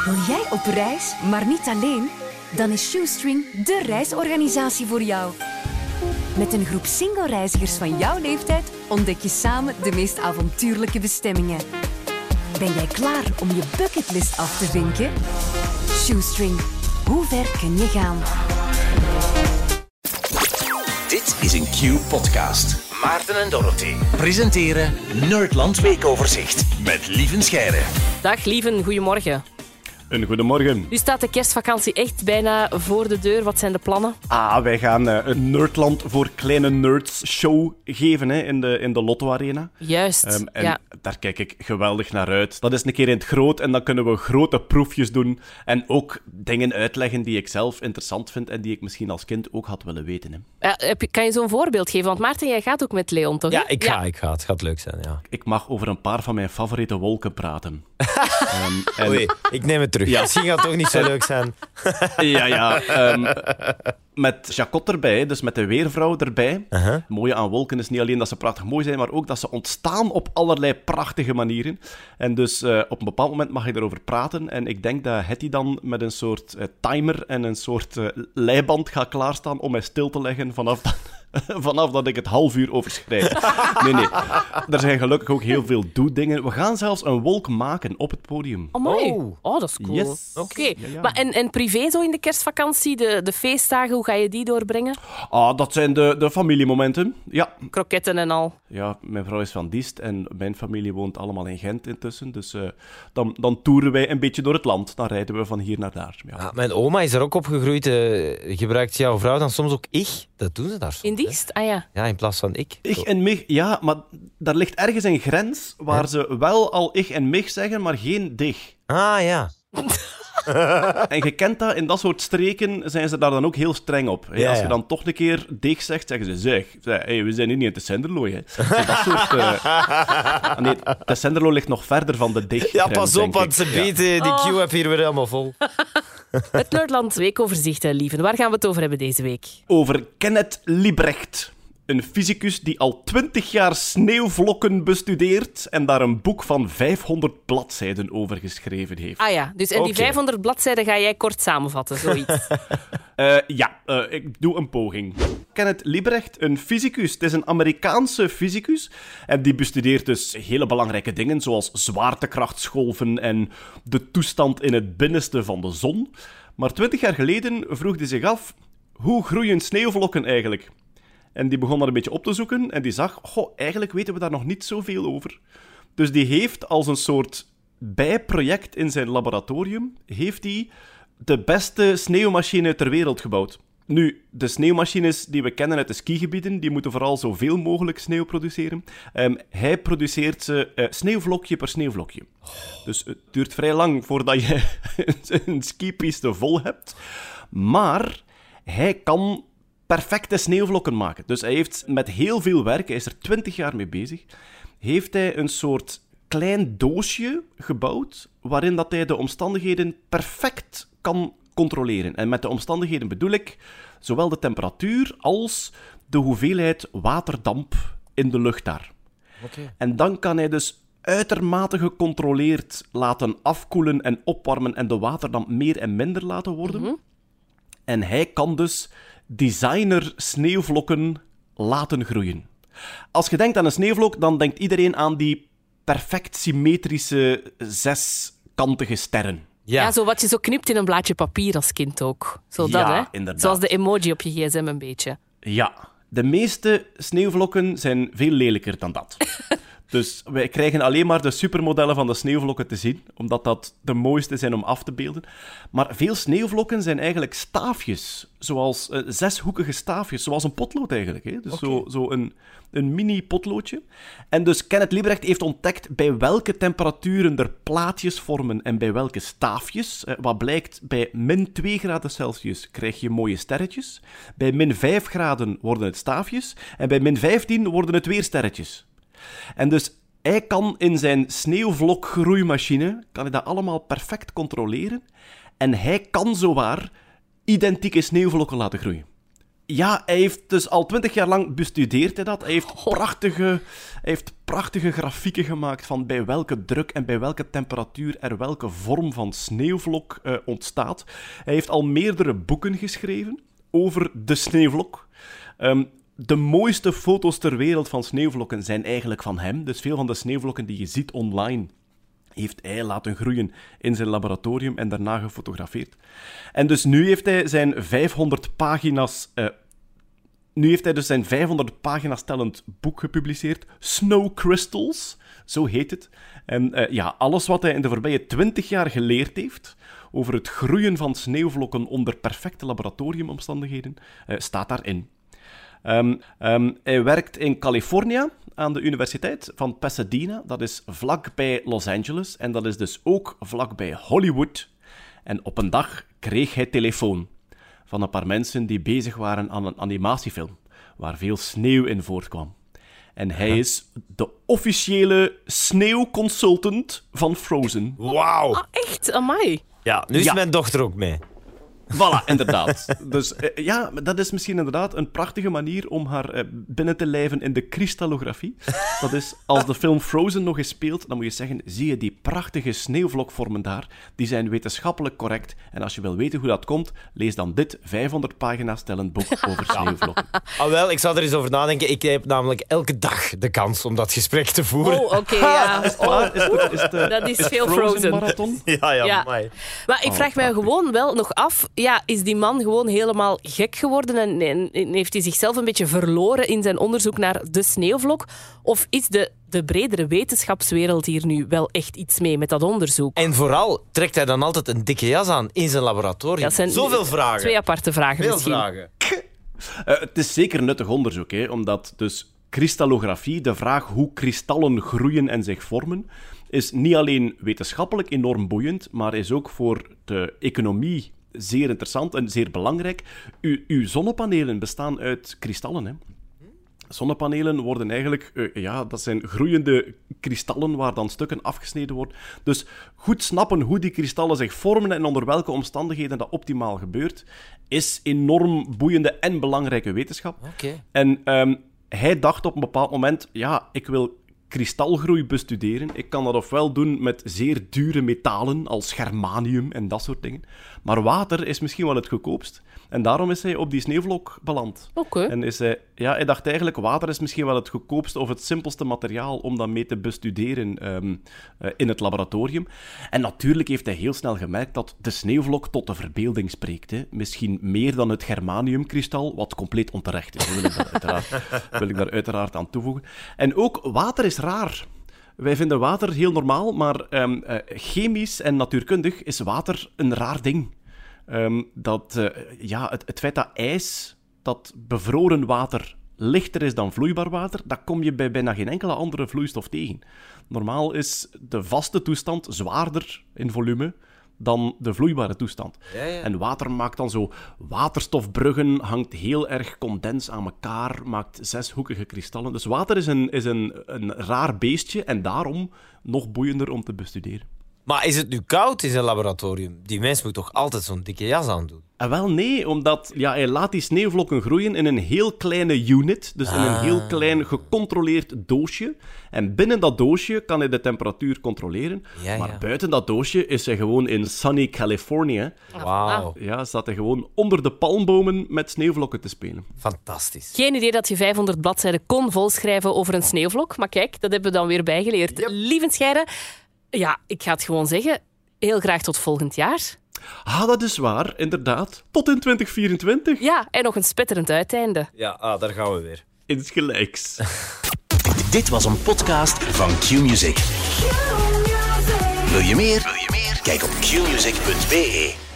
Wil jij op reis, maar niet alleen? Dan is Shoestring de reisorganisatie voor jou. Met een groep single-reizigers van jouw leeftijd ontdek je samen de meest avontuurlijke bestemmingen. Ben jij klaar om je bucketlist af te vinken? Shoestring. Hoe ver kun je gaan? Dit is een Q-podcast. Maarten en Dorothee presenteren Nerdland Weekoverzicht met Lieven Scheire. Dag Lieven, goedemorgen. Een goedemorgen. Nu staat de kerstvakantie echt bijna voor de deur. Wat zijn de plannen? Wij gaan een Nerdland voor kleine nerds show geven hè, in de Lotto Arena. Juist, en daar kijk ik geweldig naar uit. Dat is een keer in het groot en dan kunnen we grote proefjes doen en ook dingen uitleggen die ik zelf interessant vind en die ik misschien als kind ook had willen weten. Hè. Kan je zo'n voorbeeld geven? Want Maarten, jij gaat ook met Leon, toch? Ja, ik ga. Het gaat leuk zijn, ja. Ik mag over een paar van mijn favoriete wolken praten. Oei, ik neem het terug. Ja. Misschien gaat het toch niet zo leuk zijn. Met Jacot erbij, dus met de weervrouw erbij. Uh-huh. Het mooie aan wolken is niet alleen dat ze prachtig mooi zijn, maar ook dat ze ontstaan op allerlei prachtige manieren. En dus op een bepaald moment mag je erover praten. En ik denk dat Hetty dan met een soort timer en een soort leiband gaat klaarstaan om mij stil te leggen vanaf dat ik het half uur overschrijd. Nee. Er zijn gelukkig ook heel veel doe-dingen. We gaan zelfs een wolk maken op het podium. Oh, mooi. Oh, dat is cool. Yes. Oké. Ja. Maar en privé zo in de kerstvakantie, de feestdagen, hoe ga je die doorbrengen? Dat zijn de familiemomenten. Ja. Kroketten en al. Ja, mijn vrouw is van Diest en mijn familie woont allemaal in Gent intussen. Dus dan toeren wij een beetje door het land. Dan rijden we van hier naar daar. Ja. Ja, mijn oma is er ook opgegroeid. Gebruikt jouw vrouw dan soms ook ich? Dat doen ze daar soms. In Diest? Ah ja. Ja, in plaats van ik. Ich en mich, ja, maar daar ligt ergens een grens waar ze wel al ich en mich zeggen, maar geen dich. Ah, ja. En je kent dat, in dat soort streken zijn ze daar dan ook heel streng op. Ja, Als je ja. dan toch een keer dich zegt, zeggen ze zeg hey, we zijn hier niet in Tessenderlo. Hè. Zo dat soort... Nee, Tessenderlo ligt nog verder van de dich. Ja, pas op, want ze beten die Q-app hier weer helemaal vol. Het Nerdland Weekoverzicht, Lieven. Waar gaan we het over hebben deze week? Over Kenneth Liebrecht. Een fysicus die al 20 jaar sneeuwvlokken bestudeert en daar een boek van 500 bladzijden over geschreven heeft. Ah ja, dus en die 500 bladzijden ga jij kort samenvatten, zoiets. Ik doe een poging. Kenneth Liebrecht, een fysicus. Het is een Amerikaanse fysicus. En die bestudeert dus hele belangrijke dingen, zoals zwaartekrachtsgolven en de toestand in het binnenste van de zon. Maar 20 jaar geleden vroeg hij zich af, hoe groeien sneeuwvlokken eigenlijk? En die begon dat een beetje op te zoeken en die zag, eigenlijk weten we daar nog niet zoveel over. Dus die heeft als een soort bijproject in zijn laboratorium, heeft hij de beste sneeuwmachine ter wereld gebouwd. Nu, de sneeuwmachines die we kennen uit de skigebieden, die moeten vooral zoveel mogelijk sneeuw produceren. Hij produceert ze sneeuwvlokje per sneeuwvlokje. Dus het duurt vrij lang voordat je een skipiste vol hebt. Maar hij kan perfecte sneeuwvlokken maken. Dus hij heeft met heel veel werk, hij is er 20 jaar mee bezig, heeft hij een soort klein doosje gebouwd waarin dat hij de omstandigheden perfect kan controleren. En met de omstandigheden bedoel ik zowel de temperatuur als de hoeveelheid waterdamp in de lucht daar. Okay. En dan kan hij dus uitermate gecontroleerd laten afkoelen en opwarmen en de waterdamp meer en minder laten worden. Mm-hmm. En hij kan dus designer sneeuwvlokken laten groeien. Als je denkt aan een sneeuwvlok, dan denkt iedereen aan die perfect symmetrische zeskantige sterren. Ja, zo wat je zo knipt in een blaadje papier als kind ook. Zo dat, hè? Inderdaad. Zoals de emoji op je gsm een beetje. Ja, de meeste sneeuwvlokken zijn veel lelijker dan dat. Dus wij krijgen alleen maar de supermodellen van de sneeuwvlokken te zien, omdat dat de mooiste zijn om af te beelden. Maar veel sneeuwvlokken zijn eigenlijk staafjes, zoals zeshoekige staafjes, zoals een potlood eigenlijk. Hè? Dus zo een mini-potloodje. En dus Kenneth Liebrecht heeft ontdekt bij welke temperaturen er plaatjes vormen en bij welke staafjes. Wat blijkt, bij min 2 graden Celsius krijg je mooie sterretjes. Bij min 5 graden worden het staafjes. En bij min 15 worden het weer sterretjes. En dus hij kan in zijn sneeuwvlokgroeimachine kan hij dat allemaal perfect controleren. En hij kan zowaar identieke sneeuwvlokken laten groeien. Ja, hij heeft dus al 20 jaar lang bestudeerd hij dat. Hij heeft prachtige grafieken gemaakt van bij welke druk en bij welke temperatuur er welke vorm van sneeuwvlok ontstaat. Hij heeft al meerdere boeken geschreven over de sneeuwvlok. De mooiste foto's ter wereld van sneeuwvlokken zijn eigenlijk van hem. Dus veel van de sneeuwvlokken die je ziet online heeft hij laten groeien in zijn laboratorium en daarna gefotografeerd. En dus nu heeft hij zijn 500 pagina's tellend boek gepubliceerd. Snow Crystals, zo heet het. En alles wat hij in de voorbije 20 jaar geleerd heeft over het groeien van sneeuwvlokken onder perfecte laboratoriumomstandigheden, staat daarin. Hij werkt in Californië aan de Universiteit van Pasadena. Dat is vlakbij Los Angeles en dat is dus ook vlakbij Hollywood. En op een dag kreeg hij telefoon van een paar mensen die bezig waren aan een animatiefilm waar veel sneeuw in voortkwam. En hij is de officiële sneeuwconsultant van Frozen. Wauw. Ah, echt? Amai. Ja, nu is mijn dochter ook mee. Voilà, inderdaad. Dus dat is misschien inderdaad een prachtige manier om haar binnen te lijven in de kristallografie. Dat is, als de film Frozen nog eens speelt, dan moet je zeggen, zie je die prachtige sneeuwvlokvormen daar? Die zijn wetenschappelijk correct. En als je wil weten hoe dat komt, lees dan dit 500 pagina's tellend boek over sneeuwvlokken. Wel, ik zal er eens over nadenken. Ik heb namelijk elke dag de kans om dat gesprek te voeren. Oh, oké, ja. Dat is veel Frozen. Marathon? Ja. Maar ik vraag mij gewoon wel nog af, is die man gewoon helemaal gek geworden en heeft hij zichzelf een beetje verloren in zijn onderzoek naar de sneeuwvlok? Of is de bredere wetenschapswereld hier nu wel echt iets mee met dat onderzoek? En vooral trekt hij dan altijd een dikke jas aan in zijn laboratorium. Dat zijn zoveel vragen. 2 aparte vragen Veel misschien. vragen. Het is zeker nuttig onderzoek, omdat dus kristallografie, de vraag hoe kristallen groeien en zich vormen, is niet alleen wetenschappelijk enorm boeiend, maar is ook voor de economie zeer interessant en zeer belangrijk. Uw zonnepanelen bestaan uit kristallen, hè. Zonnepanelen worden eigenlijk, dat zijn groeiende kristallen waar dan stukken afgesneden worden. Dus goed snappen hoe die kristallen zich vormen en onder welke omstandigheden dat optimaal gebeurt, is enorm boeiende en belangrijke wetenschap. Okay. En hij dacht op een bepaald moment, ik wil kristalgroei bestuderen. Ik kan dat ofwel doen met zeer dure metalen als germanium en dat soort dingen. Maar water is misschien wel het goedkoopst. En daarom is hij op die sneeuwvlok beland. Oké. En hij dacht eigenlijk, water is misschien wel het goedkoopste of het simpelste materiaal om dat mee te bestuderen in het laboratorium. En natuurlijk heeft hij heel snel gemerkt dat de sneeuwvlok tot de verbeelding spreekt. Hè. Misschien meer dan het germaniumkristal, wat compleet onterecht is. Wil ik daar uiteraard aan toevoegen. En ook water is raar. Wij vinden water heel normaal, maar chemisch en natuurkundig is water een raar ding. Het feit dat ijs, dat bevroren water, lichter is dan vloeibaar water, dat kom je bij bijna geen enkele andere vloeistof tegen. Normaal is de vaste toestand zwaarder in volume dan de vloeibare toestand. Ja. En water maakt dan zo waterstofbruggen, hangt heel erg condens aan elkaar, maakt zeshoekige kristallen. Dus water is een raar beestje en daarom nog boeiender om te bestuderen. Maar is het nu koud in zijn laboratorium? Die mens moet toch altijd zo'n dikke jas aandoen? Wel, nee, omdat hij laat die sneeuwvlokken groeien in een heel kleine unit, dus in een heel klein gecontroleerd doosje. En binnen dat doosje kan hij de temperatuur controleren. Maar buiten dat doosje is hij gewoon in sunny Californië. Wauw. Ja, staat hij gewoon onder de palmbomen met sneeuwvlokken te spelen. Fantastisch. Geen idee dat je 500 bladzijden kon volschrijven over een sneeuwvlok. Maar kijk, dat hebben we dan weer bijgeleerd. Yep. Lieve Scheire, ik ga het gewoon zeggen. Heel graag tot volgend jaar. Dat is waar, inderdaad. Tot in 2024. Ja, en nog een spetterend uiteinde. Ja, daar gaan we weer. Insgelijks. Dit was een podcast van Q-Music. Wil je meer? Kijk op qmusic.be.